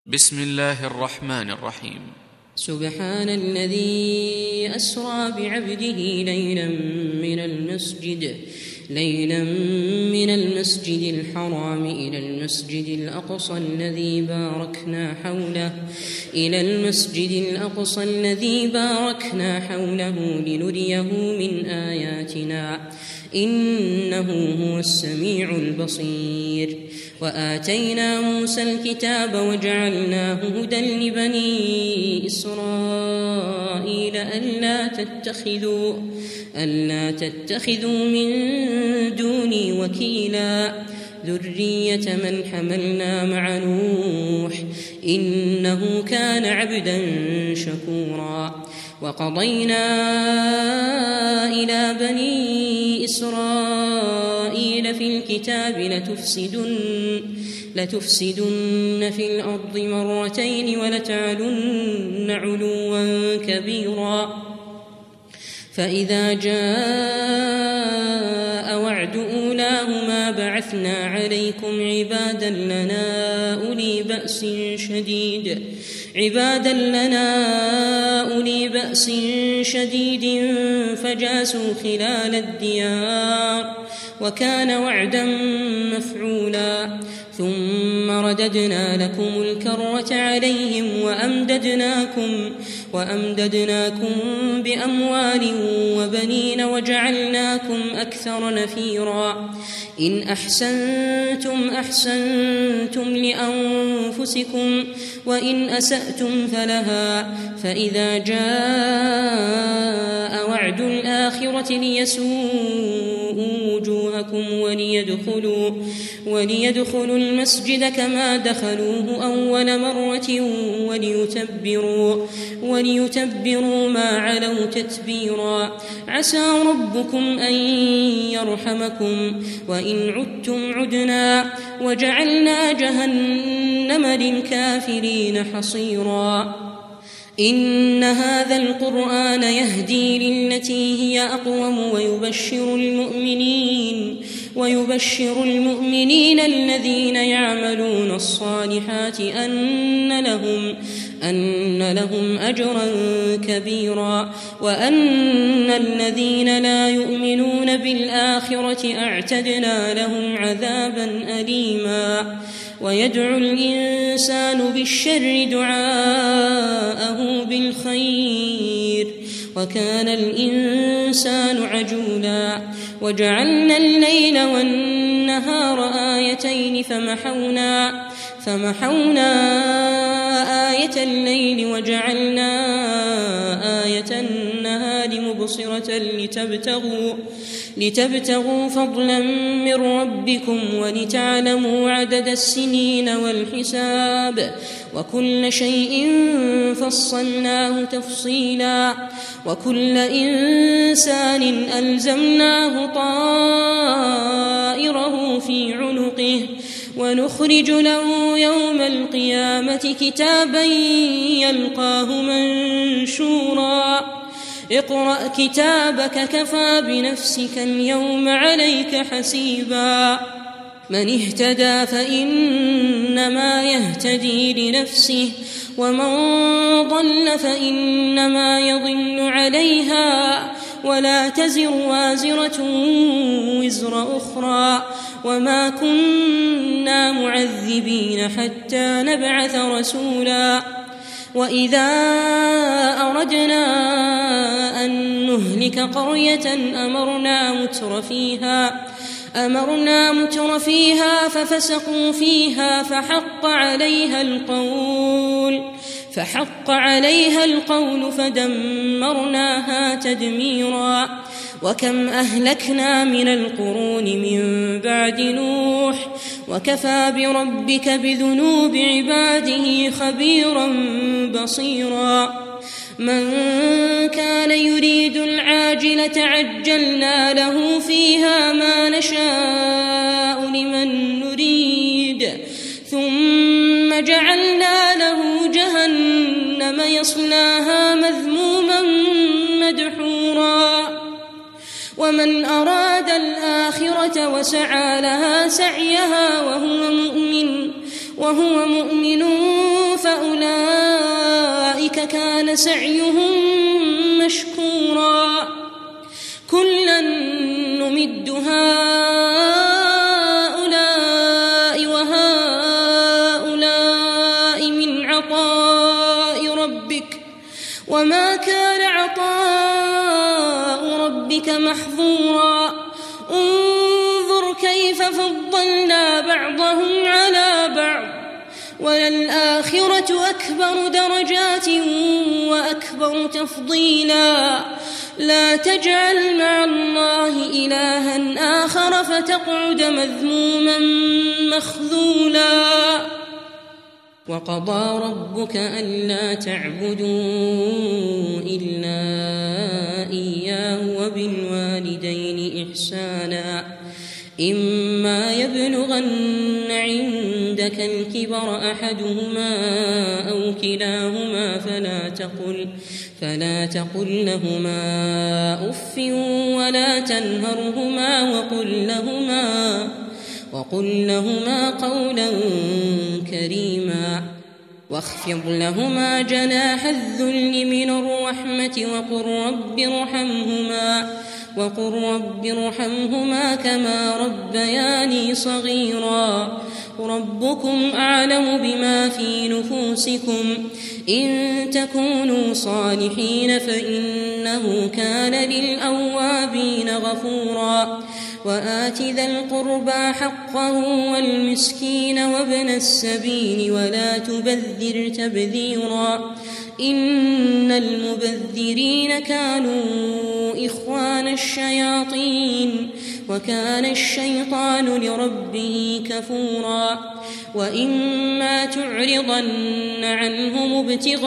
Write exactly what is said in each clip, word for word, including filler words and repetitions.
بسم الله الرحمن الرحيم. سبحان الذي أسرى بعبده ليلا من المسجد ليلا من المسجد الحرام إلى المسجد الأقصى الذي باركنا حوله إلى المسجد الأقصى الذي باركنا حوله لنريه من آياتنا إنه هو السميع البصير. وآتينا موسى الكتاب وجعلناه هدى لبني إسرائيل ألا تتخذوا ألا تتخذوا من دوني وكيلا ذرية من حملنا مع نوح إنه كان عبدا شكورا. وقضينا إلى بني إسرائيل في الكتاب لتفسدن, لتفسدن في الأرض مرتين ولتعلن علوا كبيرا. فإذا جاء وعد أولاهما بعثنا عليكم عبادا لنا أولي بأس شديد عبادا لنا أولي بأس شديد فجاسوا خلال الديار وكان وعدا مفعولا. ثم رددنا لكم الكرة عليهم وأمددناكم وأمددناكم بأموال وبنين وجعلناكم أكثر نفيرا. إن أحسنتم أحسنتم لأنفسكم وإن أسأتم فلها. فإذا جاء وعد الآخرة ليسوءوا وجوهكم وليدخلوا, وليدخلوا المسجد كما دخلوه أول مرة وليتبروا, وليتبروا ما علوا تتبيرا. عسى ربكم أن يرحمكم وإن عدتم عدنا وجعلنا جهنم للكافرين حصيرا. إن هذا القرآن يهدي للتي هي أقوم ويبشر المؤمنين ويبشر المؤمنين الذين يعملون الصالحات أن لهم أن لهم أجرا كبيرا وأن الذين لا يؤمنون بالآخرة أعتدنا لهم عذابا أليما. ويدعو الإنسان بالشر دعاءه بالخير وكان الإنسان عجولا. وجعلنا الليل والنهار آيتين فمحونا فمحونا آية الليل وجعلنا آية النهار مبصرة لتبتغوا, لتبتغوا فضلا من ربكم ولتعلموا عدد السنين والحساب وكل شيء فصلناه تفصيلا. وكل إنسان ألزمناه طائره في عنقه ونخرج له يوم القيامة كتابا يلقاه منشورا. اقرأ كتابك كفى بنفسك اليوم عليك حسيبا. من اهتدى فإنما يهتدي لنفسه ومن ضل فإنما يضل عليها ولا تزر وازرة وزر أخرى وما كنا معذبين حتى نبعث رسولا. وإذا أردنا أن نهلك قرية أمرنا متر فيها أمرنا متر فيها ففسقوا فيها فحق عليها القول فحق عليها القول فدمرناها تدميرا. وكم أهلكنا من القرون من بعد نوح وكفى بربك بذنوب عباده خبيرا بصيرا. من كان يريد العاجلة عجلنا له فيها ما نشاء لمن نريد ثم جعلنا له جهنم يصلاها مذموما مدحورا. ومن أراد الآخرة وسعى لها سعيها وهو مؤمن وهو مؤمن أولئك كان سعيهم مشكورا كلا نمد هؤلاء وهؤلاء من عطاء ربك وما كان عطاء ربك محظورا انظر كيف فضلنا بعضهم على بعض وللآخرة أكبر درجات وأكبر تفضيلا لا تجعل مع الله إلها آخر فتقعد مذموما مخذولا وقضى ربك ألا تعبدوا إلا إياه وبالوالدين إحسانا إما يبلغن عندك الكبر أحدهما أو كلاهما فلا تقل فلا تقل لهما أف ولا تنهرهما وقل لهما وقل لهما قولا كريما واخفض لهما جناح الذل من الرحمة وقل رب ارحمهما وقل رب ارحمهما كما ربياني صغيرا ربكم أعلم بما في نفوسكم إن تكونوا صالحين فإنه كان للأوابين غفورا وآت ذا القربى حقه والمسكين وابن السبيل ولا تبذر تبذيرا إن المبذرين كانوا إخوان الشياطين وكان الشيطان لربه كفورا وإما تعرضن عنهم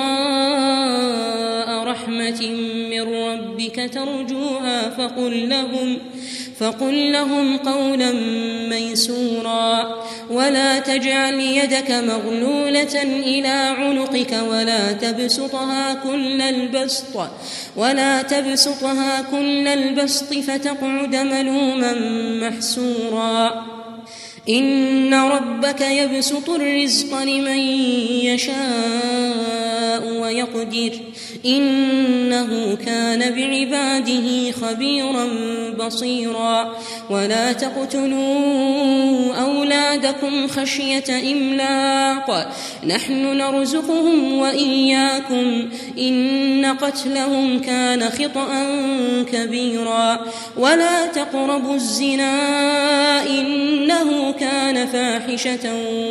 ابتغاء رحمة من ربك ترجوها فقل لهم فقل لهم قولا ميسورا ولا تجعل يدك مغلولة إلى عنقك ولا تبسطها كل البسط ولا تبسطها كل البسط فتقعد ملوما محسورا إن ربك يبسط الرزق لمن يشاء ويقدر إنه كان بعباده خبيرا بصيرا ولا تقتلوا أولادكم خشية إملاق نحن نرزقهم وإياكم إن قتلهم كان خطأ كبيرا ولا تقربوا الزنا إنه كان فاحشة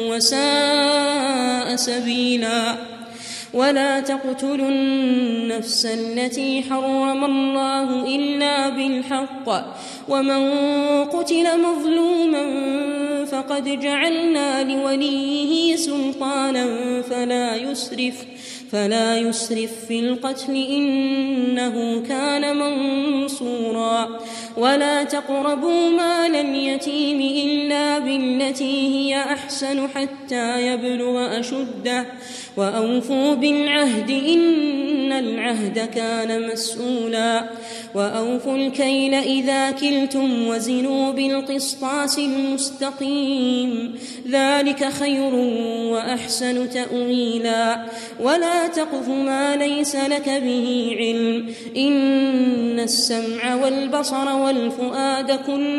وساء سبيلا ولا تقتلوا النفس التي حرم الله إلا بالحق ومن قتل مظلوما فقد جعلنا لوليه سلطانا فلا يسرف فلا يسرف في القتل إنه كان منصورا ولا تقربوا مال اليتيم إلا بالتي هي أحسن حتى يبلغ أشده وأوفوا بالعهد إن العهد كان مسؤولا وأوفوا الكيل إذا كلتم وزنوا بالقسطاس المستقيم ذلك خير وأحسن تأويلا ولا تقف ما ليس لك به علم إن السمع والبصر والفؤاد كل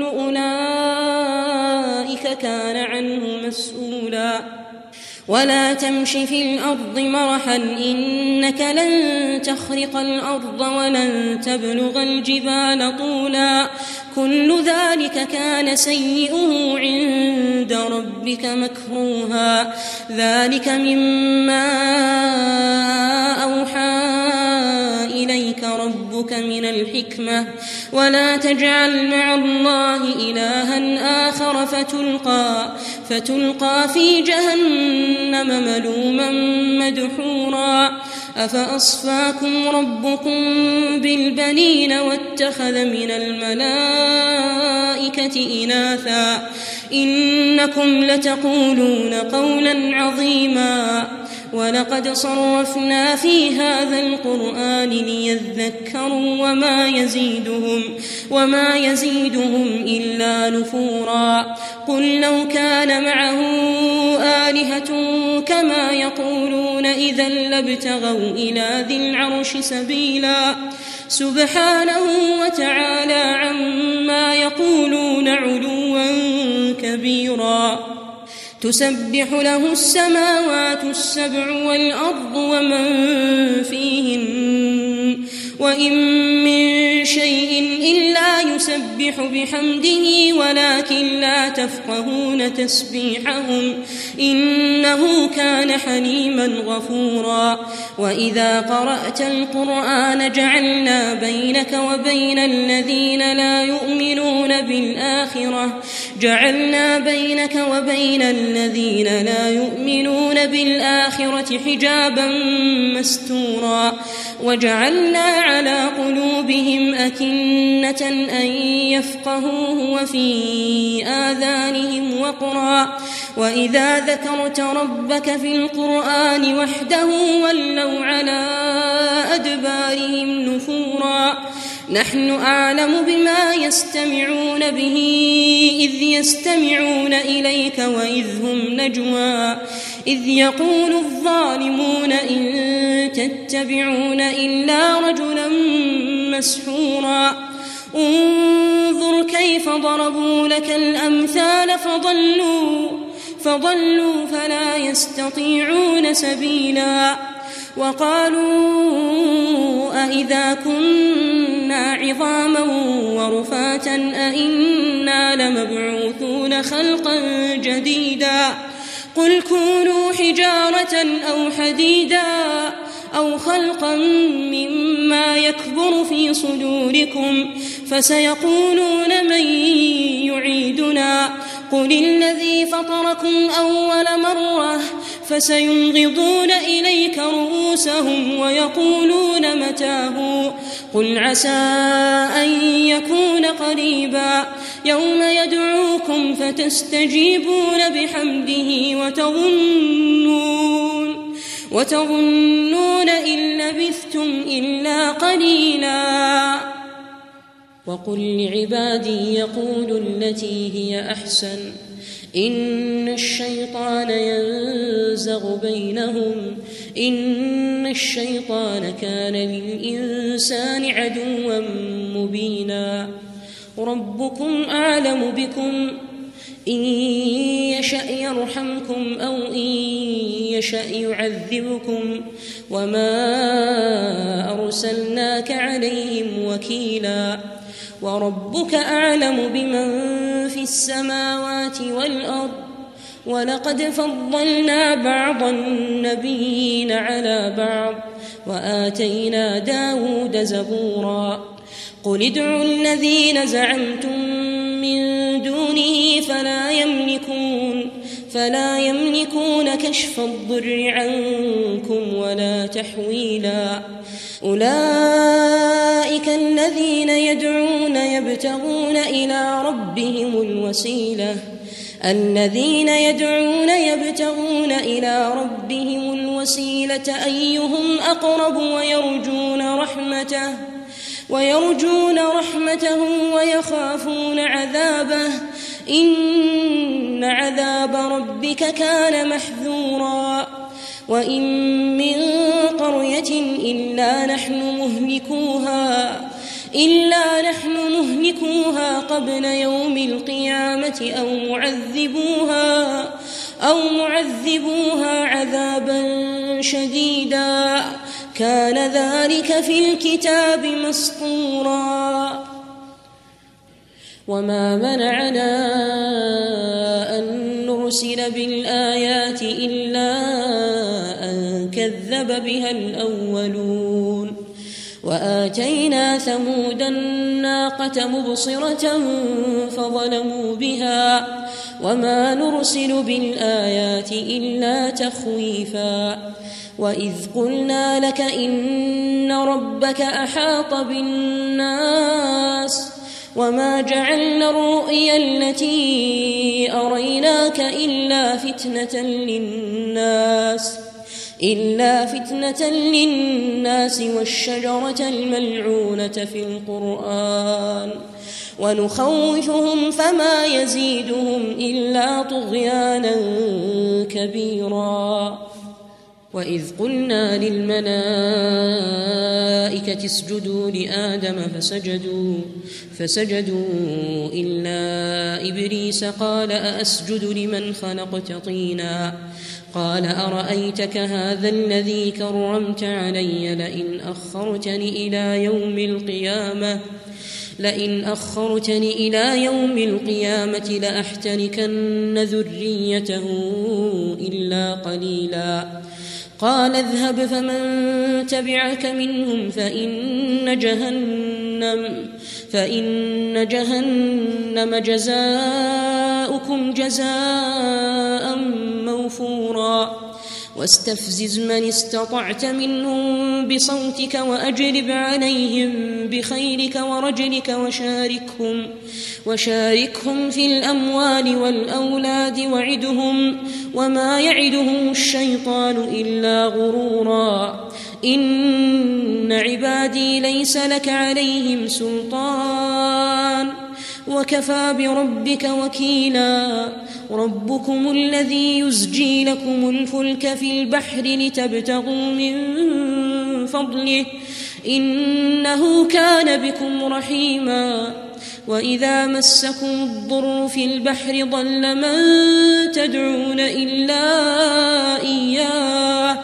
أولئك كان عنه مسؤولا ولا تمش في الأرض مرحا إنك لن تخرق الأرض ولن تبلغ الجبال طولا كل ذلك كان سيئه عند ربك مكروها ذلك مما أوحى إليك ربك من الحكمة ولا تجعل مع الله إلها آخر فتلقى, فتلقى في جهنم ملوما مدحورا أفأصفاكم ربكم بالبنين واتخذ من الملائكة إناثا إنكم لتقولون قولا عظيما ولقد صرفنا في هذا القرآن ليذكروا وما يزيدهم, وما يزيدهم إلا نفورا. قل لو كان معه آلهة كما يقولون إذا لابتغوا إلى ذي العرش سبيلا سبحانه وتعالى عما يقولون علوا كبيرا. تسبح له السماوات السبع والأرض ومن فيهن وإن من شيء إلا يسبح بحمده ولكن لا تفقهون تسبيحهم إنه كان حليما غفورا. وإذا قرأت القرآن جعلنا بينك وبين الذين لا يؤمنون بالآخرة جعلنا بينك وبين الذين لا يؤمنون بالآخرة حجابا مستورا وجعلنا على قلوبهم أكنة أن يفقهوه وفي آذانهم وقرا وإذا ذكرت ربك في القرآن وحده ولوا على أدبارهم نفورا. نحن أعلم بما يستمعون به إذ يستمعون إليك وإذ هم نجوى إذ يقول الظالمون إن تتبعون إلا رجلا مسحورا. انظر كيف ضربوا لك الأمثال فضلوا, فضلوا فلا يستطيعون سبيلا. وقالوا أئذا كنا عظاما ورفاتا أئنا لمبعوثون خلقا جديدا قل كونوا حجارة أو حديدا أو خلقا مما يكبر في صدوركم فسيقولون من يعيدنا قل الذي فطركم أول مرة فسينغضون إليك رؤوسهم ويقولون متاه قل عسى أن يكون قريبا يوم يدعوكم فتستجيبون بحمده وتظنون, وتظنون إن لبثتم إلا قليلا. وقل لعبادي يقولوا التي هي أحسن إن الشيطان ينزغ بينهم إن الشيطان كان للإنسان عدوا مبينا. ربكم أعلم بكم إن يشأ يرحمكم أو إن يشأ يعذبكم وما أرسلناك عليهم وكيلا. وربك أعلم بمن في السماوات والأرض ولقد فضلنا بعض النبيين على بعض وآتينا داود زبورا. قل ادعوا الذين زعمتم من دونه فلا يملكون فلا يملكون كشف الضر عنكم ولا تحويلا. أولئك الذين يدعون يبتغون إلى ربهم الوسيلة الذين يدعون يبتغون إلى ربهم الوسيلة أيهم أقرب ويرجون رحمته ويرجون رحمته ويخافون عذابه إن عذاب ربك كان محذورا. وإن من قرية إلا نحن مهلكوها إلا نحن مهلكوها قبل يوم القيامة أو معذبوها أو معذبوها عذابا شديدا كان ذلك في الكتاب مسطورا. وما منعنا أن نرسل بالآيات إلا أن كذب بها الأولون وآتينا ثمود الناقة مبصرة فظلموا بها وما نرسل بالآيات إلا تخويفا. وإذ قلنا لك إن ربك أحاط بالناس وما جعلنا الرؤيا التي أريناك إلا فتنة للناس إلا فتنة للناس والشجرة الملعونة في القرآن ونخوفهم فما يزيدهم إلا طغيانا كبيرا. وإذ قلنا للملائكة اسجدوا لآدم فسجدوا فسجدوا إلا إبليس قال أأسجد لمن خلقت طينا قال أرأيتك هذا الذي كرمت علي لئن أخرتني إلى يوم القيامة لئن أخرتني إلى يوم القيامة لأحتركن ذريته إلا قليلا. قال اذهب فمن تبعك منهم فإن جهنم فإن جهنم جزاؤكم جزاء موفورا. واستفزز من استطعت منهم بصوتك وأجلب عليهم بخيلك ورجلك وشاركهم وشاركهم في الأموال والأولاد وعدهم وما يعدهم الشيطان إلا غرورا. إن عبادي ليس لك عليهم سلطان وكفى بربك وكيلا. ربكم الذي يزجي لكم الفلك في البحر لتبتغوا من فضله إنه كان بكم رحيما. وإذا مسكم الضر في البحر ضل من تدعون إلا إياه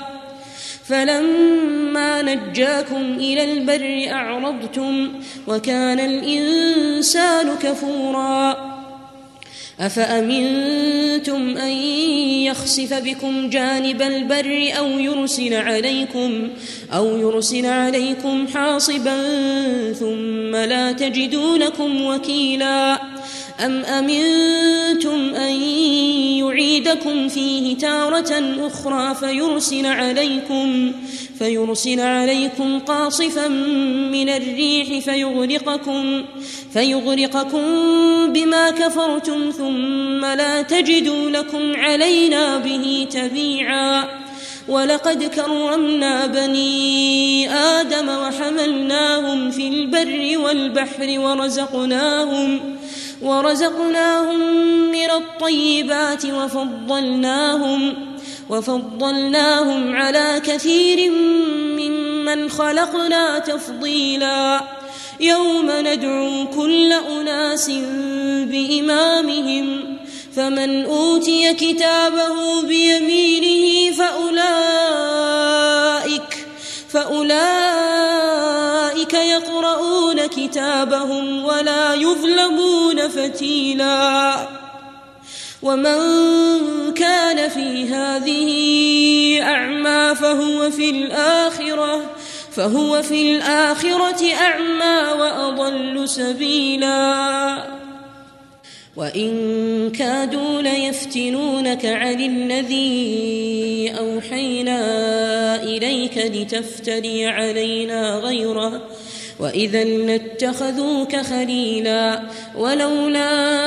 فلما نجاكم إلى البر أعرضتم وكان الإنسان كفورا. أفأمنتم أن يخسف بكم جانب البر أو يرسل عليكم أو يرسل عليكم حاصبا ثم لا تجدوا لكم وكيلا. أم أمنتم أن يعيدكم فيه تارة أخرى فيرسل عليكم فيرسل عليكم قاصفا من الريح فيغرقكم فيغرقكم بما كفرتم ثم لا تجدوا لكم علينا به تبيعا. ولقد كرمنا بني آدم وحملناهم في البر والبحر ورزقناهم ورزقناهم من الطيبات وفضلناهم وفضلناهم على كثير ممن خلقنا تفضيلا. يوم ندعو كل أناس بإمامهم فمن أوتي كتابه بيمينه فأولئك فأولئك يقرؤون كتابهم ولا يظلمون فتيلا. ومن كان في هذه أعمى فهو في الآخرة فهو في الآخرة أعمى وأضل سبيلا. وإن كادوا ليفتنونك عن الذي أوحينا إليك لتفتري علينا غيره وإذا لاتخذوك خليلا. ولولا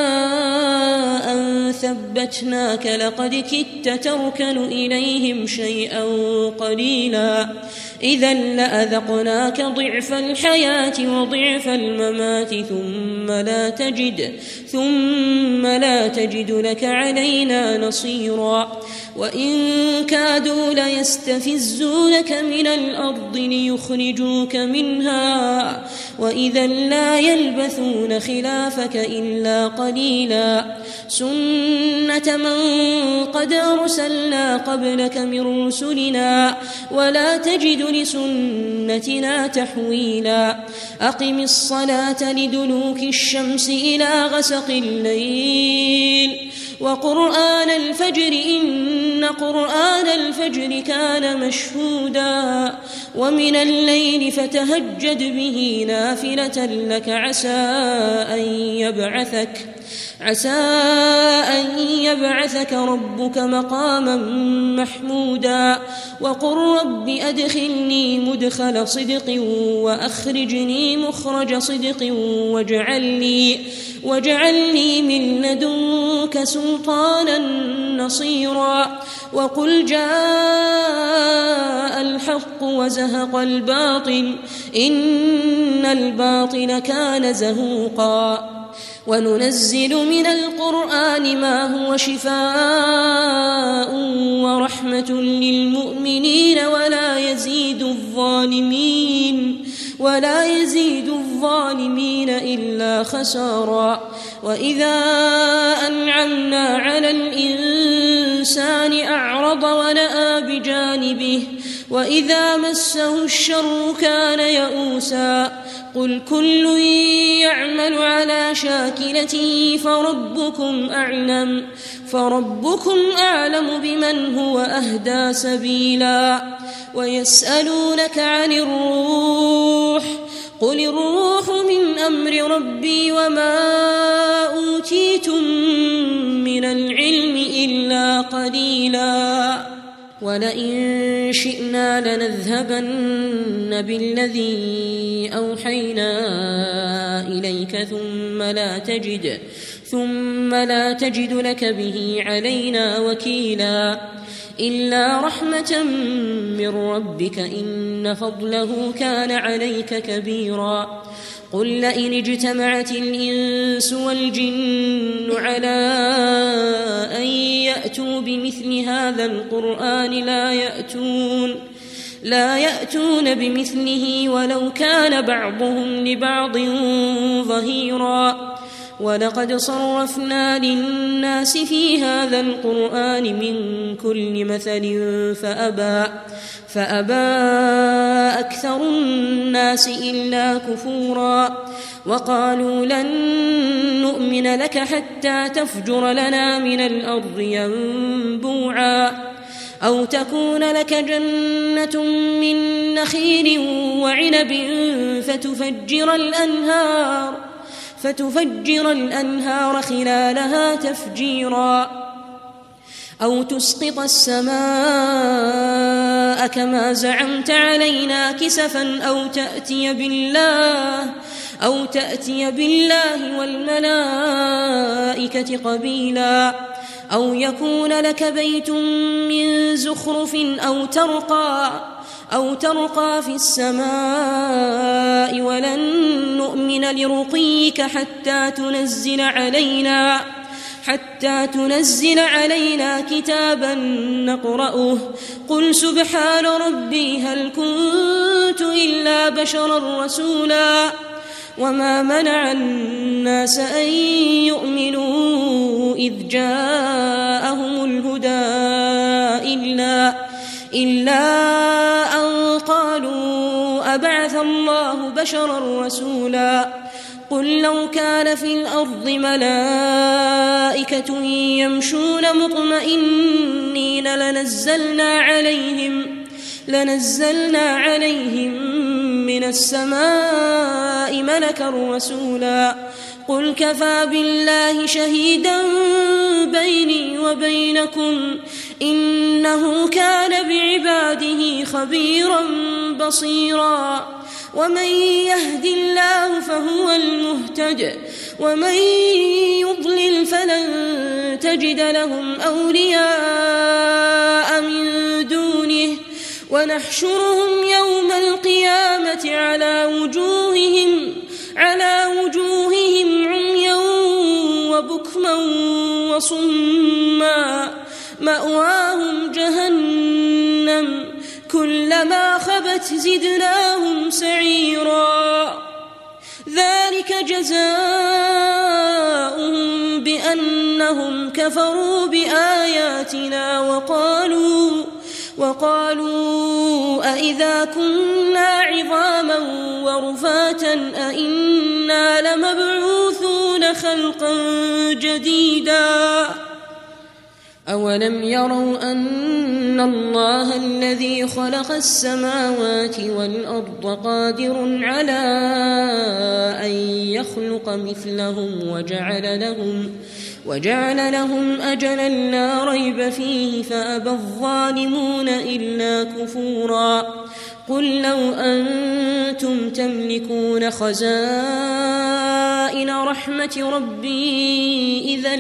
أن ثبتناك لقد كدت تركن إليهم شيئا قليلا. إذا لأذقناك ضعف الحياة وضعف الممات ثم لا تجد ثم لا تجد لك علينا نصيرا. وإن كادوا ليستفزونك من الأرض ليخرجوك منها وإذا لا يلبثون خلافك إلا قليلا. سنة من قد أرسلنا قبلك من رسلنا ولا تجد لسنتنا تحويلا. أقم الصلاة لدلوك الشمس إلى غسق الليل وقرآن الفجر إن قرآن الفجر كان مشهودا. ومن الليل فتهجد به نافلة لك عسى أن يبعثك عسى أن يبعثك ربك مقاما محمودا. وقل رب أدخلني مدخل صدق وأخرجني مخرج صدق واجعل لي واجعل لي من لدنك سلطانا نصيرا. وقل جاء الحق وزهق الباطل إن الباطل كان زهوقا وننزل من القرآن ما هو شفاء ورحمة للمؤمنين ولا يزيد الظالمين ولا يزيد الظالمين إلا خسارا وإذا أنعمنا على الإنسان أعرض ونأى بجانبه وإذا مسه الشر كان يئوسا قل كل يعمل على شاكلته فربكم أعلم فربكم أعلم بمن هو أهدى سبيلا ويسألونك عن الروح قل الروح من أمر ربي وما أوتيتم من العلم إلا قليلا ولئن شئنا لنذهبن بالذي أوحينا إليك ثم لا تجد ثم لا تجد لك به علينا وكيلا إلا رحمة من ربك إن فضله كان عليك كبيرا قل لئن اجتمعت الإنس والجن على أن يأتوا بمثل هذا القرآن لا يأتون لا يأتون بمثله ولو كان بعضهم لبعض ظهيرا ولقد صرفنا للناس في هذا القرآن من كل مثل فأبى فأبى أكثر الناس إلا كفورا وقالوا لن نؤمن لك حتى تفجر لنا من الأرض ينبوعا أو تكون لك جنة من نخيل وعنب فتفجر الأنهار فتفجر الأنهار خلالها تفجيرا أو تسقط السماء كما زعمت علينا كسفا أو تأتي بالله أو تأتي بالله والملائكة قبيلا أو يكون لك بيت من زخرف أو ترقى أو ترقى في السماء ولن نؤمن لرقيك حتى تنزل علينا حتى تنزل علينا كتابا نقرأه قل سبحان ربي هل كنت إلا بشرا رسولا وما منع الناس أن يؤمنوا إذ جاءهم الهدى إلا إلا أن قالوا أبعث الله بشرا رسولا قل لو كان في الأرض ملائكة يمشون مطمئنين لنزلنا عليهم لنزلنا عليهم من السماء ملكا رسولا قل كفى بالله شهيدا بيني وبينكم إنه كان بعباده خبيرا بصيرا ومن يهد الله فهو المهتد ومن يضلل فلن تجد لهم أولياء من دونه ونحشرهم يوم القيامة على وجوههم على وجوههم عميا وبكما وصما مأواهم جهنم كلما خبت زدناهم سعيرا ذلك جزاؤهم بأنهم كفروا بآياتنا وقالوا وقالوا أئذا كنا عظاما ورفاتا أئنا لمبعوثون خلقا جديدا أولم يروا أن الله الذي خلق السماوات والأرض قادر على أن يخلق مثلهم وجعل لهم وجعل لهم أجلا لا ريب فيه فأبى الظالمون إلا كفورا قل لو أنتم تملكون خزائن رحمة ربي إذا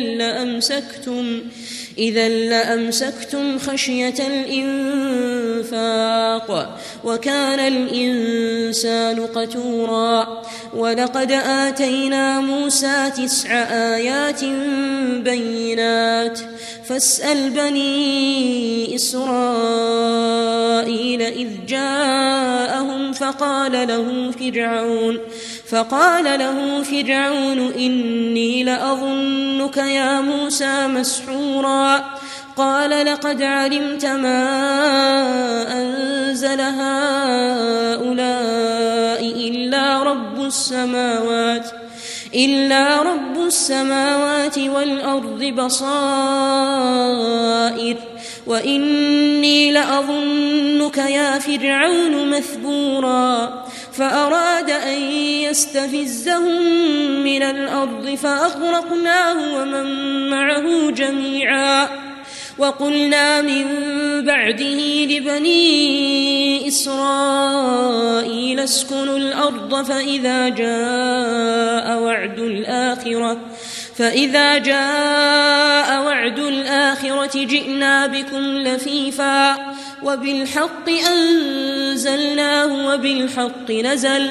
لأمسكتم إذا لأمسكتم خشية الإنفاق الحق وكان الإنسان قتورا ولقد آتينا موسى تسع آيات بينات فاسأل بني إسرائيل إذ جاءهم فقال له فرعون فقال له فرعون إني لأظنك يا موسى مسحورا قال لقد علمت ما أنزل هؤلاء إلا رب السماوات إلا رب السماوات والأرض بصائر وإني لأظنك يا فرعون مثبورا فأراد أن يستفزهم من الأرض فأغرقناه ومن معه جميعا وقلنا من بعده لبني إسرائيل اسكنوا الأرض فإذا جاء وعد الآخرة فإذا جاء وعد الآخرة جئنا بكم لفيفا وبالحق أنزلناه وبالحق نزل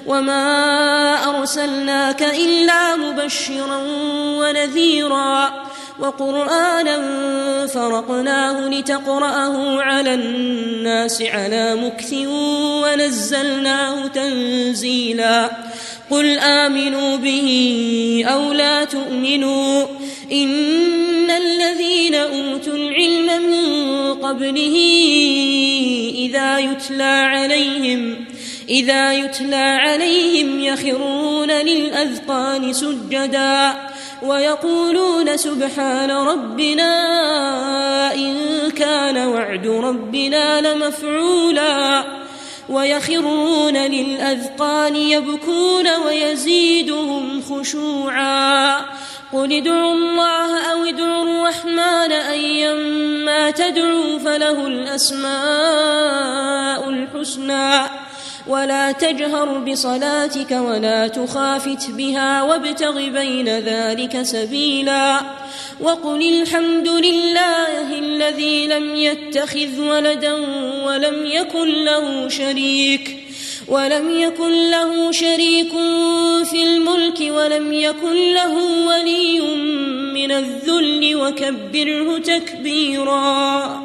وما أرسلناك إلا مبشرا ونذيرا وقرآنا فرقناه لتقرأه على الناس على مكث ونزلناه تنزيلا قل آمنوا به أو لا تؤمنوا إن الذين أوتوا العلم من قبله إذا يتلى عليهم إذا يتلى عليهم يخرون للأذقان سجدا ويقولون سبحان ربنا إن كان وعد ربنا لمفعولا ويخرون للأذقان يبكون ويزيدهم خشوعا قل ادعوا الله أو ادعوا الرحمن أيما تدعوا فله الأسماء الحسنى ولا تجهر بصلاتك ولا تخافت بها وابتغ بين ذلك سبيلا وقل الحمد لله الذي لم يتخذ ولدا ولم يكن له شريك ولم يكن له شريك في الملك ولم يكن له ولي من الذل وكبره تكبيرا.